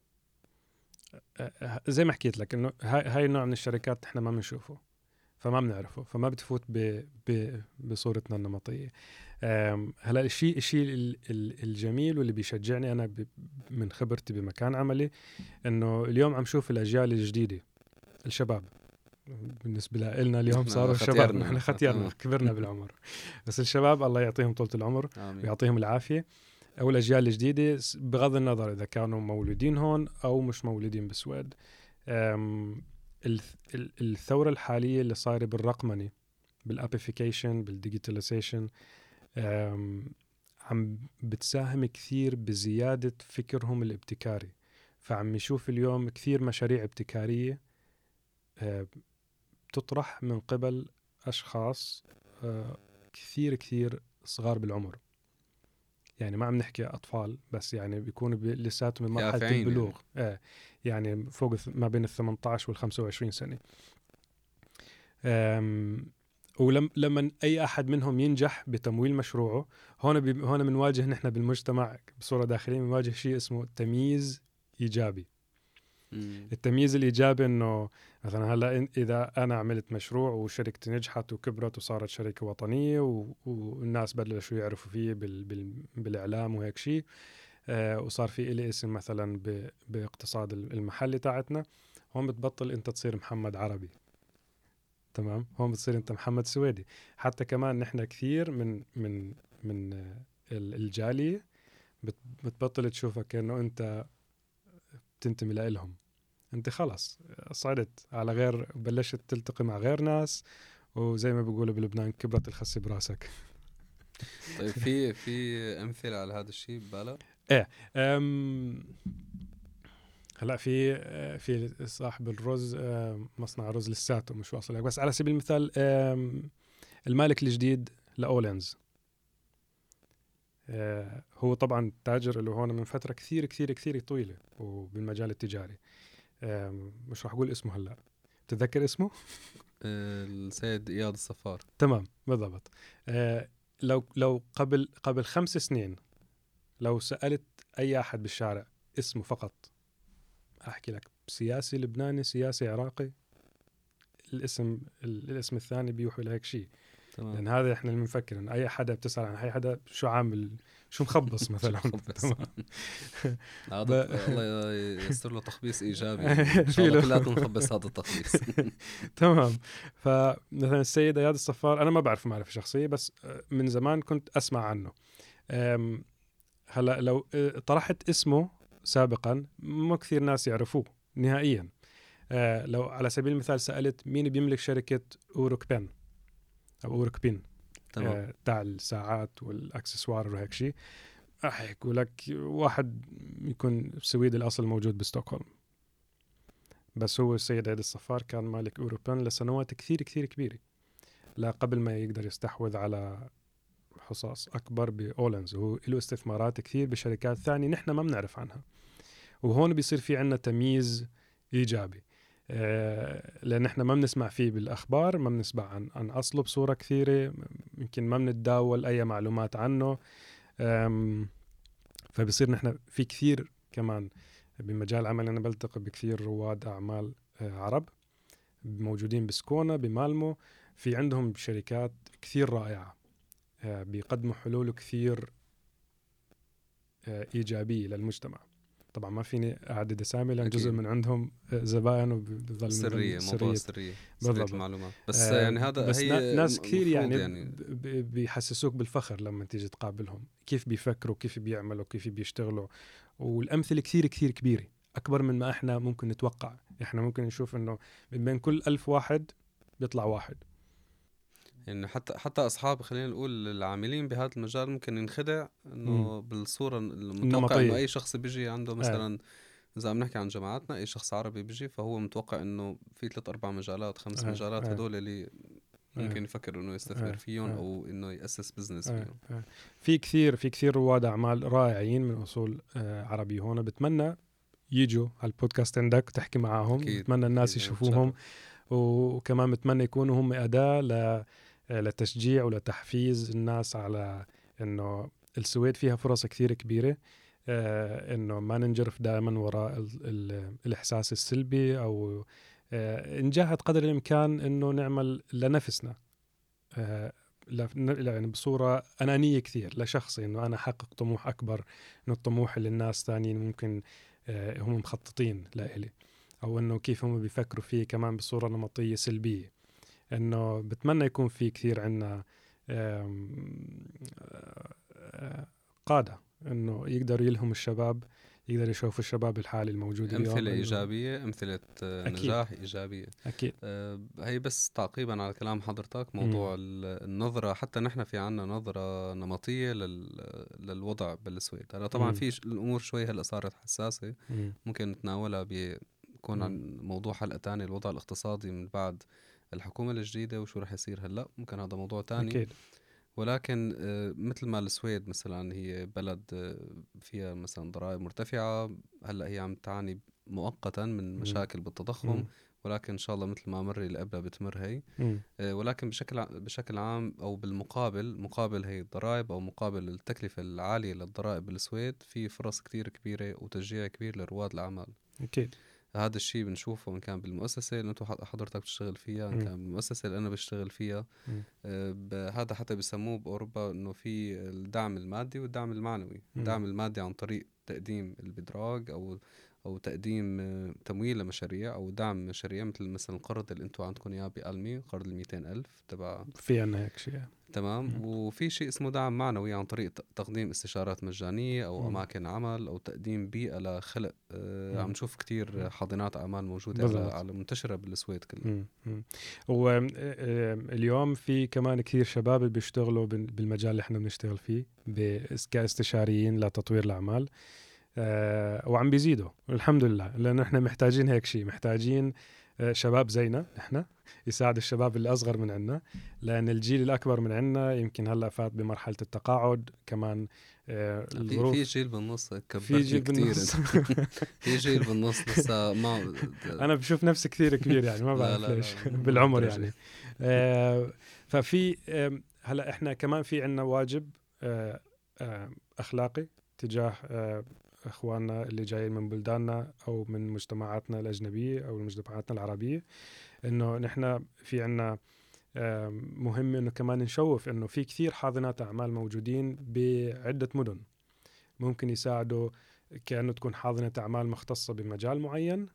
أه، زي ما حكيت لك انه هاي هاي النوع من الشركات احنا ما بنشوفه، فما بنعرفه، فما بتفوت ب... ب... بصورتنا النمطيه. أم، هلا الشيء الشيء ال- ال- الجميل واللي بيشجعني انا ب... من خبرتي بمكان عملي، انه اليوم عم شوف الاجيال الجديده، الشباب. بالنسبه لنا اليوم نحن صاروا شباب، ختيارنا. نحن ختيارنا تمام. كبرنا بالعمر، بس الشباب الله يعطيهم طولة العمر آمين. ويعطيهم العافيه، او الاجيال الجديده س- بغض النظر اذا كانوا مولودين هون او مش مولودين بالسويد. أم، الث- ال- الثوره الحاليه اللي صايره بالرقمنه، بالابيفيكيشن، بالديجيتاليزيشن، عم بتساهم كثير بزياده فكرهم الابتكاري. فعم يشوف اليوم كثير مشاريع ابتكاريه أه، تطرح من قبل أشخاص آه، كثير كثير صغار بالعمر. يعني ما عم نحكي أطفال بس، يعني بيكونوا لساتهم بمرحلة يافعين البلوغ يعني. آه يعني فوق ما بين الثمانية عشر والخمسة وعشرين سنة. ولما أي أحد منهم ينجح بتمويل مشروعه، هون بي هون بنواجه نحن بالمجتمع بصورة داخلية، بنواجه شيء اسمه تمييز إيجابي. مم. التمييز الإيجابي إنه مثلا هلا إذا أنا عملت مشروع وشركتي نجحت وكبرت وصارت شركة وطنية و... والناس بلشوا يعرفوا فيه بال... بال... بالإعلام وهيك شيء، آه وصار في إلي اسم مثلا ب... باقتصاد المحلي تاعتنا، هون بتبطل أنت تصير محمد عربي، تمام؟ هون بتصير أنت محمد سويدي. حتى كمان نحن كثير من من من آه الجالية بت... بتبطل تشوفك كأنه أنت بتنتمي لإلهم، انت خلص صعدت على غير، بلشت تلتقي مع غير ناس، وزي ما بيقولوا بلبنان كبرت الخسي براسك. طيب في في امثله على هذا الشيء ببالك؟ ايه أم هلا في في صاحب الرز، مصنع رز لساته مش واصل لك، بس على سبيل المثال المالك الجديد لاولينز، هو طبعا تاجر له هون من فتره كثير كثير كثير طويله وبالمجال التجاري. مش راح اقول اسمه هلا، تتذكر اسمه؟ السيد اياد الصفار. تمام بالضبط. آه لو لو قبل قبل خمس سنين لو سألت أي أحد بالشارع اسمه فقط، أحكي لك سياسي لبناني، سياسي عراقي، الاسم الاسم الثاني بيوحي لهيك شيء. لأن هذا إحنا اللي بنفكر إن أي حدا بتسأل عن أي حدا شو عامل، شو مخبص مثلا. هذا الله ييسر له تخبيص إيجابي إن شاء الله كلنا نخبص هذا التخبيص. تمام. فمثلا السيد اياد الصفار أنا ما بعرف معرفة شخصية، بس من زمان كنت أسمع عنه. هلا لو طرحت اسمه سابقا ما كثير ناس يعرفوه نهائيا. آه لو على سبيل المثال سألت مين بيملك شركة أوروكبين أو أوروكبين آه تاع الساعات والأكسسوار وهيك شيء، راح يحكوا لك واحد يكون سويدي الأصل موجود بستوكهولم. بس هو السيد اياد الصفار كان مالك أوروبين لسنوات كثير كثير كبيرة، لا قبل ما يقدر يستحوذ على حصص أكبر بأولنز، وهو له استثمارات كثير بشركات ثانية نحن ما بنعرف عنها. وهون بيصير في عنا تمييز إيجابي، آه لأن نحن ما بنسمع فيه بالأخبار، ما بنسمع عن, عن أصله بصورة كثيرة، يمكن ما بنتداول أي معلومات عنه. فبصير نحن في كثير كمان بمجال عمل، أنا بلتقي بكثير رواد أعمال آه عرب موجودين بسكونا بمالمو، في عندهم شركات كثير رائعة بيقدموا حلول كثير إيجابية للمجتمع. طبعا ما فيني أعدد أسامي لأن جزء من عندهم زبائن وبظل سرية، موضوع سرية، سرية المعلومات. بس آه يعني هذا بس هي ناس كثير يعني, يعني بيحسسوك بالفخر لما تيجي تقابلهم، كيف بيفكروا، كيف بيعملوا، كيف بيشتغلوا. والأمثلة كثير كثير كبيرة، أكبر من ما إحنا ممكن نتوقع. إحنا ممكن نشوف إنه من بين كل ألف واحد بيطلع واحد. يعني حتى حتى اصحاب خلينا نقول العاملين بهذا المجال ممكن ينخدع انه بالصوره المتوقع انه اي شخص بيجي عنده مثلا اذا عم نحكي عن جماعاتنا اي شخص عربي بيجي فهو متوقع انه في ثلاث اربع مجالات خمس آه. مجالات آه. هدول اللي ممكن آه. يفكر انه يستثمر آه. فيهم آه. او انه ياسس بزنس آه. فيهم. آه. في كثير في كثير رواد اعمال رائعين من اصول آه عربي هون، بتمنى يجوا على البودكاست عندك تحكي معاهم. بتمنى الناس يشوفوهم، وكمان بتمنى يكونوا هم أداة ل... لتشجيع ولتحفيز الناس على إنه السويد فيها فرص كثير كبيرة، آه إنه ما ننجرف دائما وراء ال... ال... الإحساس السلبي، أو آه نجاهد قدر الإمكان إنه نعمل لنفسنا، آه يعني بصورة أنانية كثير لشخصي، إنه أنا أحقق طموح أكبر من الطموح اللي الناس ثانيين ممكن آه هم مخططين لإلي، أو إنه كيف هم بيفكروا فيه كمان بصورة نمطية سلبية. إنه بتمنى يكون في كثير عنا قادة إنه يقدروا يلهم الشباب، يقدر يشوفوا الشباب الحالي الموجود اليوم أمثلة إيجابية، أمثلة نجاح إيجابية. أكيد. أه هي بس تعقيبا على كلام حضرتك، موضوع م. النظرة، حتى نحن في عنا نظرة نمطية لل... للوضع بالسويد. هلا طبعا م. في الأمور شوي هلأ صارت حساسة، م. ممكن نتناولها بيكون عن موضوع حلقة تانية، الوضع الاقتصادي من بعد الحكومة الجديدة وشو رح يصير هلأ، ممكن هذا موضوع تاني. أكيد. ولكن مثل ما السويد مثلا هي بلد فيها مثلا ضرائب مرتفعة، هلأ هي عم تعاني مؤقتا من مشاكل بالتضخم، م. ولكن إن شاء الله مثل ما مر اللي قبلها بتمر هي. م. ولكن بشكل بشكل عام أو بالمقابل، مقابل هي الضرائب أو مقابل التكلفة العالية للضرائب بالسويد، في فرص كتير كبيرة وتشجيع كبير لرواد الأعمال. أكيد. هذا الشيء بنشوفه إن كان بالمؤسسة اللي أنتو حضرتك بتشتغل فيها، إن كان بالمؤسسة اللي أنا بشتغل فيها. آه هذا حتى بيسموه بأوروبا إنه في الدعم المادي والدعم المعنوي. م. الدعم المادي عن طريق تقديم البدراج أو أو تقديم آه تمويل لمشاريع أو دعم مشاريع، مثل مثلا القرض اللي أنتو عندكم إياه بألمي، قرض الميتين ألف تبع في عنا هيك شيء. تمام. م. وفي شيء اسمه دعم معنوي عن طريق تقديم استشارات مجانية أو م. أماكن عمل أو تقديم بيئة لخلق. آه عم نشوف كتير حاضنات أعمال موجودة على, على منتشرة بالسويد كلها. واليوم في كمان كثير شباب بيشتغلوا بالمجال اللي احنا بنشتغل فيه كاستشاريين لتطوير الأعمال، آه وعم بيزيدوا الحمد لله، لأن احنا محتاجين هيك شيء، محتاجين شباب زينا احنا يساعد الشباب اللي أصغر من عنا، لأن الجيل الأكبر من عنا يمكن هلأ فات بمرحلة التقاعد كمان. آه الظروف في جيل بالنص في جيل بالنص في جيل بالنص لسه ما أنا بشوف نفسي كثير كبير يعني ما بعرف ليش بالعمر يعني. آه ففي آه هلأ احنا كمان في عنا واجب آه آه أخلاقي تجاه آه اخواننا اللي جايين من بلداننا او من مجتمعاتنا الاجنبيه او مجتمعاتنا العربيه، انه نحن في عنا مهم انه كمان نشوف انه في كثير حاضنات اعمال موجودين بعده مدن ممكن يساعدوا، كأنه تكون حاضنه اعمال مختصه بمجال معين،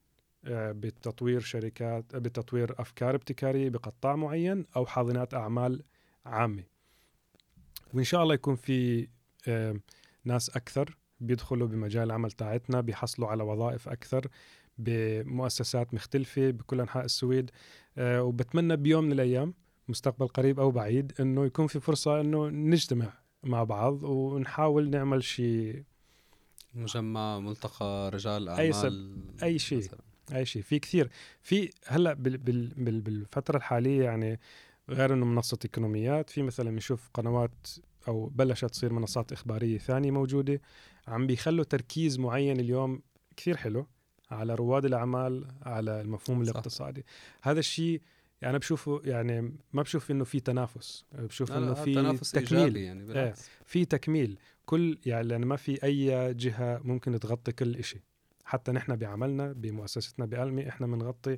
بتطوير شركات، بتطوير افكار ابتكاريه بقطاع معين، او حاضنات اعمال عامه. وان شاء الله يكون في ناس اكثر بيدخلوا بمجال العمل تاعتنا، بيحصلوا على وظائف أكثر بمؤسسات مختلفة بكل أنحاء السويد. أه وبتمنى بيوم من الأيام مستقبل قريب أو بعيد إنه يكون في فرصة إنه نجتمع مع بعض ونحاول نعمل شيء، مجمع، ملتقى رجال أعمال، أي سب... أي شيء أي شيء. في كثير في هلأ بال... بال... بال... بالفترة الحالية يعني، غير إنه منصة إقنوميات، في مثلا نشوف قنوات أو بلشت تصير منصات إخبارية ثانية موجودة، عم بيخلوا تركيز معين اليوم كثير حلو على رواد الأعمال، على المفهوم صح. الاقتصادي. هذا الشيء يعني بشوفه، يعني ما بشوف إنه في تنافس، بشوف إنه في تكميل يعني بالعكس. اه في تكميل كل يعني، لأن ما في أي جهة ممكن تغطي كل إشي. حتى نحن بعملنا بمؤسستنا بألمي إحنا بنغطي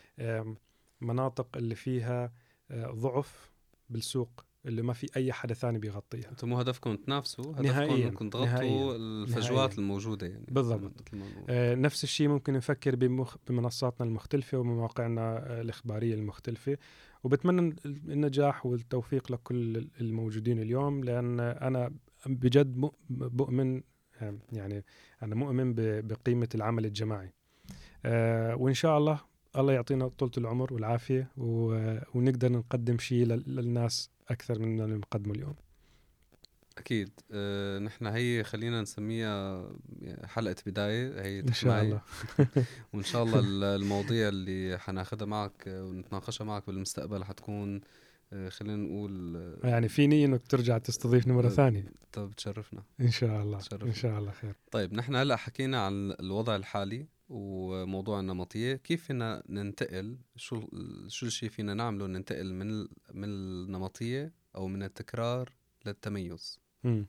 مناطق اللي فيها ضعف بالسوق اللي ما في أي حدا ثاني بيغطيها. أنتم مو هدفكم تنافسوا، هدفكم إنكم تغطوا الفجوات نهائياً. الموجودة يعني. بالضبط. آه نفس الشيء ممكن نفكر بمخ... بمنصاتنا المختلفة ومواقعنا آه الإخبارية المختلفة، وبتمنى النجاح والتوفيق لكل الموجودين اليوم، لأن أنا بجد مؤمن يعني أنا مؤمن بقيمة العمل الجماعي. آه وإن شاء الله الله يعطينا طولة العمر والعافية ونقدر نقدم شيء للناس أكثر من اللي نقدمه اليوم. أكيد. أه نحن هي خلينا نسميها حلقة بداية، هي إن شاء الله. وإن شاء الله المواضيع اللي حناخدها معك ونتناقشها معك بالمستقبل حتكون خلينا نقول يعني في نية انك ترجع تستضيفني مرة ثانية. طب تشرفنا ان شاء الله. تشرفنا. ان شاء الله خير. طيب نحن هلا حكينا عن الوضع الحالي وموضوع النمطية، كيف فينا ننتقل، شو شو الشيء فينا نعمله ننتقل من من النمطية او من التكرار للتميز؟ امم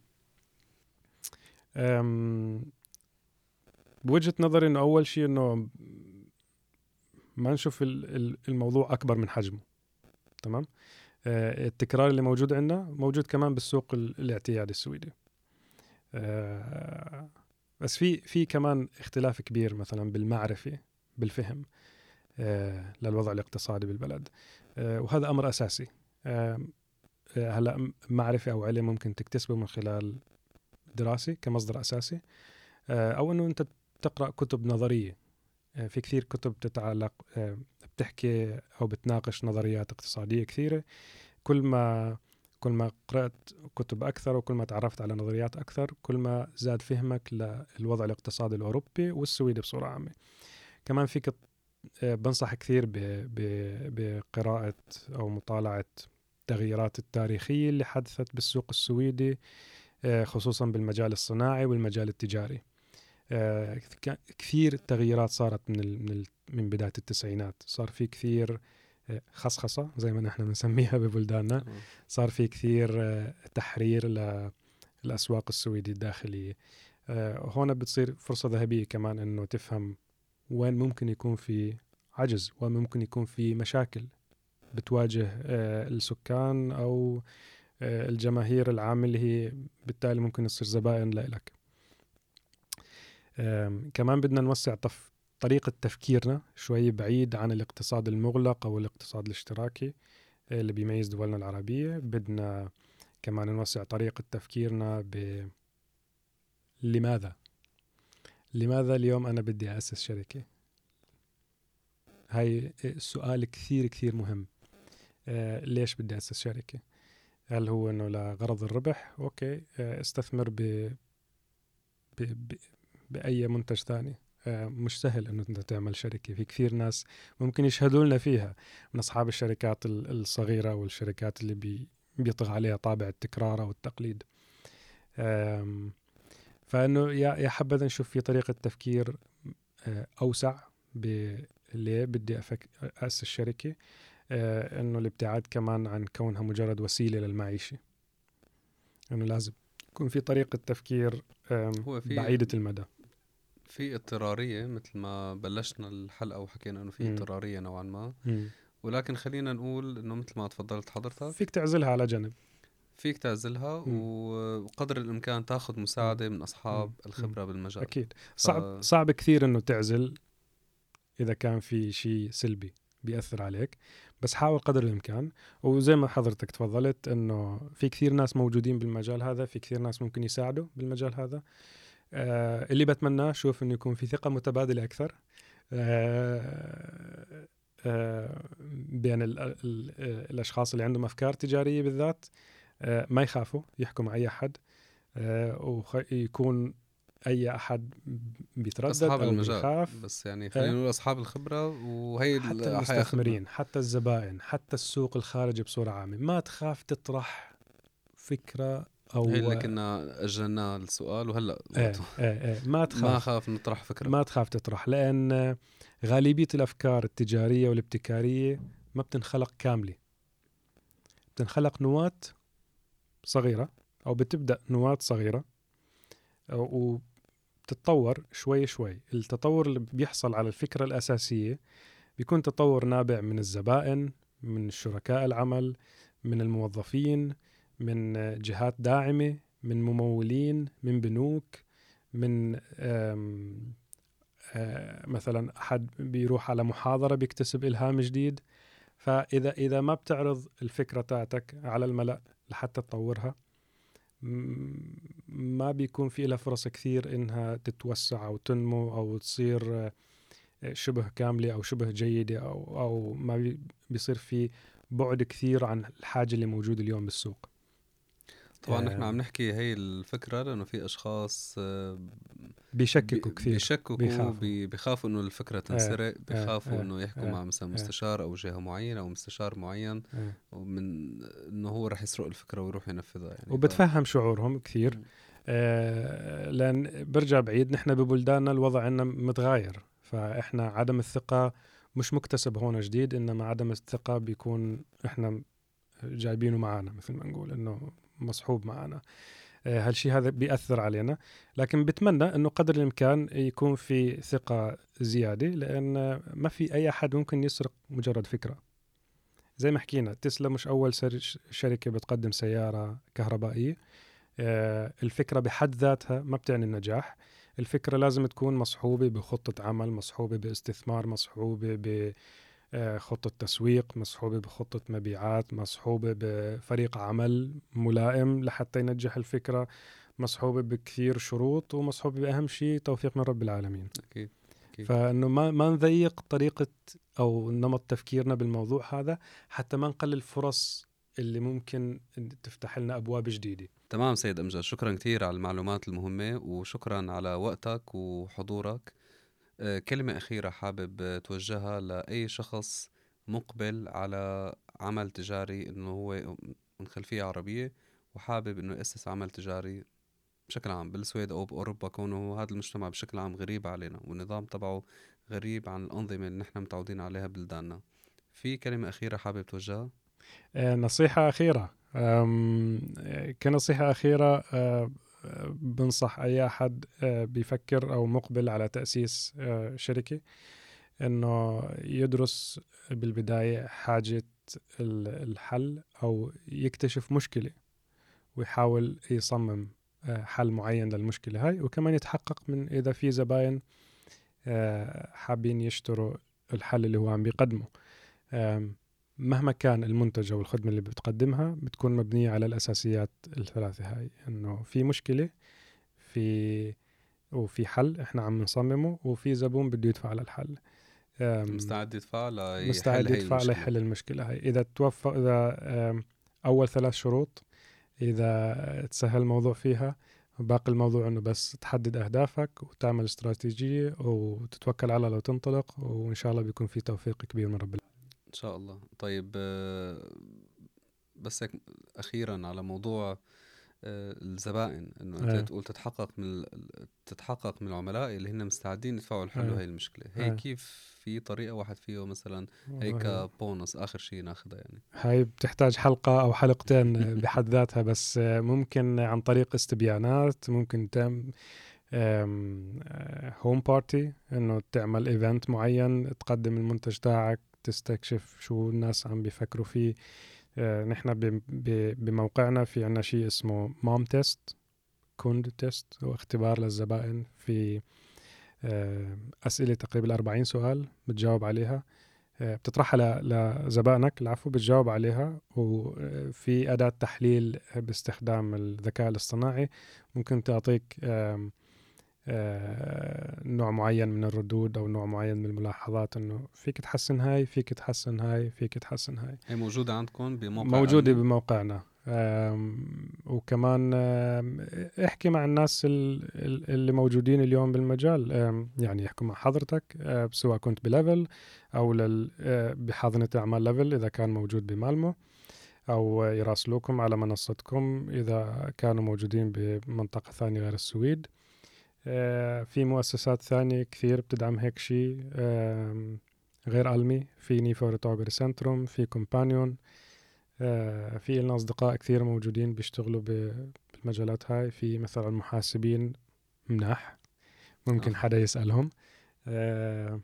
أم... بوجهة نظري انه اول شيء انه ما نشوف الموضوع اكبر من حجمه. تمام. أه التكرار اللي موجود عندنا موجود كمان بالسوق الاعتيادي السويدي. أه بس في في كمان اختلاف كبير مثلا بالمعرفة بالفهم أه للوضع الاقتصادي بالبلد. أه وهذا امر اساسي. أه هلا معرفة او علم ممكن تكتسبه من خلال دراسة كمصدر اساسي، أه او انه انت تقرأ كتب نظرية. أه في كثير كتب تتعلق أه بتحكي او بتناقش نظريات اقتصادية كثيرة. كل ما كل ما قرأت كتب أكثر وكل ما تعرفت على نظريات أكثر كل ما زاد فهمك للوضع الاقتصادي الأوروبي والسويدي بصورة عامة. كمان فيك بنصح كثير بقراءة أو مطالعة التغييرات التاريخية اللي حدثت بالسوق السويدي، خصوصا بالمجال الصناعي والمجال التجاري. كثير تغييرات صارت من من بداية التسعينات. صار في كثير خصخصة زي ما نحن بنسميها ببلداننا. صار في كثير تحرير للأسواق السويدية الداخلية. هون بتصير فرصة ذهبية كمان أنه تفهم وين ممكن يكون في عجز، وين ممكن يكون في مشاكل بتواجه السكان أو الجماهير العامة اللي هي بالتالي ممكن يصير زبائن لك. كمان بدنا نوسع طف طريقة تفكيرنا شوي بعيد عن الاقتصاد المغلق أو الاقتصاد الاشتراكي اللي بيميز دولنا العربية. بدنا كمان نوسع طريقة تفكيرنا ب لماذا لماذا اليوم أنا بدي أسس شركة. هاي السؤال كثير كثير مهم. آه ليش بدي أسس شركة؟ هل هو إنه لغرض الربح؟ أوكي، آه استثمر ب... ب... ب... بأي منتج ثاني. مش سهل انه انت تعمل شركة. في كثير ناس ممكن يشهدوا لنا فيها من اصحاب الشركات الصغيرة والشركات اللي بي بيطغى عليها طابع التكرار او التقليد. فانه يا يا حبذا نشوف في طريقة تفكير اوسع باللي بدي أفك اسس شركة، انه الابتعاد كمان عن كونها مجرد وسيلة للمعيشة. انه لازم يكون في طريقة تفكير هو في بعيدة المدى. في اضطرارية مثل ما بلشنا الحلقة وحكينا انه في اضطرارية نوعا ما. م. ولكن خلينا نقول انه مثل ما تفضلت حضرتك فيك تعزلها على جنب. فيك تعزلها م. وقدر الامكان تاخذ مساعدة م. من اصحاب م. الخبرة م. بالمجال. اكيد صعب ف... صعب كثير انه تعزل اذا كان في شيء سلبي بيأثر عليك، بس حاول قدر الامكان. وزي ما حضرتك تفضلت انه في كثير ناس موجودين بالمجال هذا، في كثير ناس ممكن يساعدوا بالمجال هذا. آه اللي بتمناه شوف انه يكون في ثقة متبادلة اكثر آه آه بين ال ال الاشخاص اللي عندهم افكار تجارية بالذات. آه ما يخافوا يحكوا مع اي احد، آه ويكون اي احد بيتردد أصحاب او المجال. بيخاف. بس يعني خلينا نقول اصحاب الخبرة، وهي حتى المستثمرين حتى الزبائن حتى السوق الخارجي بصورة عامة. ما تخاف تطرح فكرة أو هي اللي كنا أجلنا السؤال وهلأ ايه ايه ايه ما تخاف ما خاف نطرح فكرة ما تخاف تطرح، لأن غالبية الأفكار التجارية والابتكارية ما بتنخلق كاملة. بتنخلق نواة صغيرة أو بتبدأ نواة صغيرة وبتتطور شوي شوي. التطور اللي بيحصل على الفكرة الأساسية بيكون تطور نابع من الزبائن، من شركاء العمل، من الموظفين، من جهات داعمة، من ممولين، من بنوك، من آم آم مثلا أحد بيروح على محاضرة بيكتسب إلهام جديد. فإذا إذا ما بتعرض الفكرة تاعتك على الملأ لحتى تطورها، ما بيكون في لها فرص كثير إنها تتوسع أو تنمو أو تصير شبه كاملة أو شبه جيدة، أو أو ما بيصير في بعد كثير عن الحاجة اللي موجودة اليوم بالسوق. طبعا نحن عم نحكي هي الفكرة لأنه في أشخاص بيشككوا كثير، بيشككوا بيخافوا بيخافوا إنه الفكرة تنسرق، بيخافوا إنه يحكوا مع مثلا مستشار أو جهة معينة أو مستشار معين ومن إنه هو رح يسرق الفكرة ويروح ينفذها يعني. وبتفهم ف... شعورهم كثير. آه لأن برجع بعيد، نحن ببلداننا الوضع عندنا متغاير، فإحنا عدم الثقة مش مكتسب هون جديد، إنما عدم الثقة بيكون إحنا جايبينه معنا، مثل ما نقول إنه مصحوب معنا. آه هالشي هذا بيأثر علينا، لكن بتمنى إنه قدر الإمكان يكون في ثقة زيادة، لأن ما في أي أحد ممكن يسرق مجرد فكرة. زي ما حكينا، تسلا مش أول شركة بتقدم سيارة كهربائية. آه الفكرة بحد ذاتها ما بتعني النجاح. الفكرة لازم تكون مصحوبة بخطة عمل، مصحوبة باستثمار، مصحوبة بخطة تسويق، مصحوبة بخطة مبيعات، مصحوبة بفريق عمل ملائم لحتى ينجح الفكرة، مصحوبة بكثير شروط، ومصحوبة بأهم شيء توفيق من رب العالمين. أكيد. أكيد. فإنه ما ما نضيق طريقة أو نمط تفكيرنا بالموضوع هذا، حتى ما نقلل فرص اللي ممكن تفتح لنا أبواب جديدة. تمام سيد أمجد، شكرا كتير على المعلومات المهمة، وشكرا على وقتك وحضورك. أه كلمة أخيرة حابب توجهها لأي شخص مقبل على عمل تجاري، إنه هو من خلفية عربية وحابب إنه يأسس عمل تجاري بشكل عام بالسويد أو بأوروبا، كونه هذا المجتمع بشكل عام غريب علينا والنظام تبعه غريب عن الأنظمة اللي نحن متعودين عليها بلداننا. في كلمة أخيرة حابب توجهها؟ آه نصيحة أخيرة، كنصيحة أخيرة آه بنصح أي أحد آه بيفكر أو مقبل على تأسيس آه شركة، إنه يدرس بالبداية حاجة الحل أو يكتشف مشكلة ويحاول يصمم حل معين للمشكلة هاي، وكمان يتحقق من إذا في زباين حابين يشتروا الحل اللي هو عم بيقدمه. مهما كان المنتج أو الخدمة اللي بتقدمها بتكون مبنية على الأساسيات الثلاثة هاي، إنه في مشكلة، في وفي حل إحنا عم نصممه، وفي زبون بده يدفع على الحل، مستعد يدفع ليحل مستعد يدفع ليحل المشكلة هاي. إذا توفق إذا أول ثلاث شروط إذا تسهل الموضوع فيها، باقي الموضوع إنه بس تحدد أهدافك وتعمل استراتيجية وتتوكل على الله وتنطلق، وإن شاء الله بيكون في توفيق كبير من رب العالمين إن شاء الله. طيب بس أخيرا على موضوع الزبائن، إنه أنت آه. تقول تتحقق من تتحقق من العملاء اللي هن مستعدين يدفعوا لحلوا آه. هاي المشكلة. هي آه. كيف في طريقة واحد فيه مثلا هيك بونص آخر شيء ناخدها؟ يعني هاي بتحتاج حلقة أو حلقتين بحد ذاتها، بس ممكن عن طريق استبيانات، ممكن تعمل هوم بارتي، إنه تعمل إيفنت معين تقدم المنتج تاعك، تستكشف شو الناس عم بيفكروا فيه. آه نحن بموقعنا في عنا شيء اسمه مام تيست، كوند تيست، هو اختبار للزبائن في آه أسئلة تقريبا أربعين سؤال بتجاوب عليها، آه بتطرحها لزبائنك، العفو، بتجاوب عليها، وفي أداة تحليل باستخدام الذكاء الاصطناعي ممكن تعطيك آه آه نوع معين من الردود أو نوع معين من الملاحظات، إنه فيك تحسن هاي، فيك تحسن هاي، فيك تحسن هاي. هي موجودة عندكم بموقع؟ موجودة بموقعنا. وكمان احكي مع الناس اللي موجودين اليوم بالمجال، يعني يحكوا مع حضرتك سواء كنت بليفل أو بحاضنة أعمال ليفل إذا كان موجود بمالمو، أو يراسلوكم على منصتكم إذا كانوا موجودين بمنطقة ثانية غير السويد. في مؤسسات ثانية كثير بتدعم هيك شيء غير ألمي، في نيفور توغر سنتروم، في كومبانيون، في لنا أصدقاء كثير موجودين بيشتغلوا بالمجالات هاي، في مثلا محاسبين مناح ممكن حدا يسألهم. آه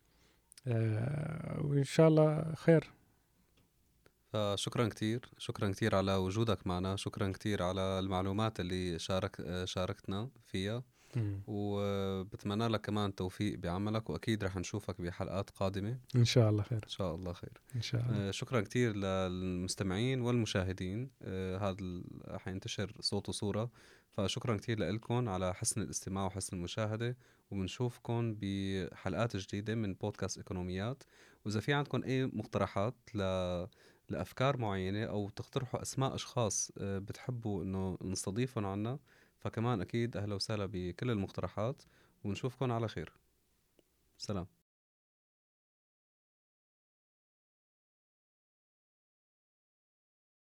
آه وإن شاء الله خير. فشكرا كتير، شكرا كتير على وجودك معنا، شكرا كتير على المعلومات اللي شارك شاركتنا فيها، وبتمنى لك كمان توفيق بعملك، وأكيد رح نشوفك بحلقات قادمة إن شاء الله خير. إن شاء الله خير إن شاء الله. آه شكرا كتير للمستمعين والمشاهدين. آه هذا حينتشر صوت وصورة، فشكرا كتير لكم على حسن الاستماع وحسن المشاهدة، وبنشوفكم بحلقات جديدة من بودكاست إقونوميات. وإذا في عندكم أي مقترحات ل لأفكار معينة أو تقترحوا أسماء أشخاص بتحبوا إنه نستضيفهم عنا، فكمان أكيد أهلا وسهلا بكل المقترحات، ونشوفكم على خير. سلام.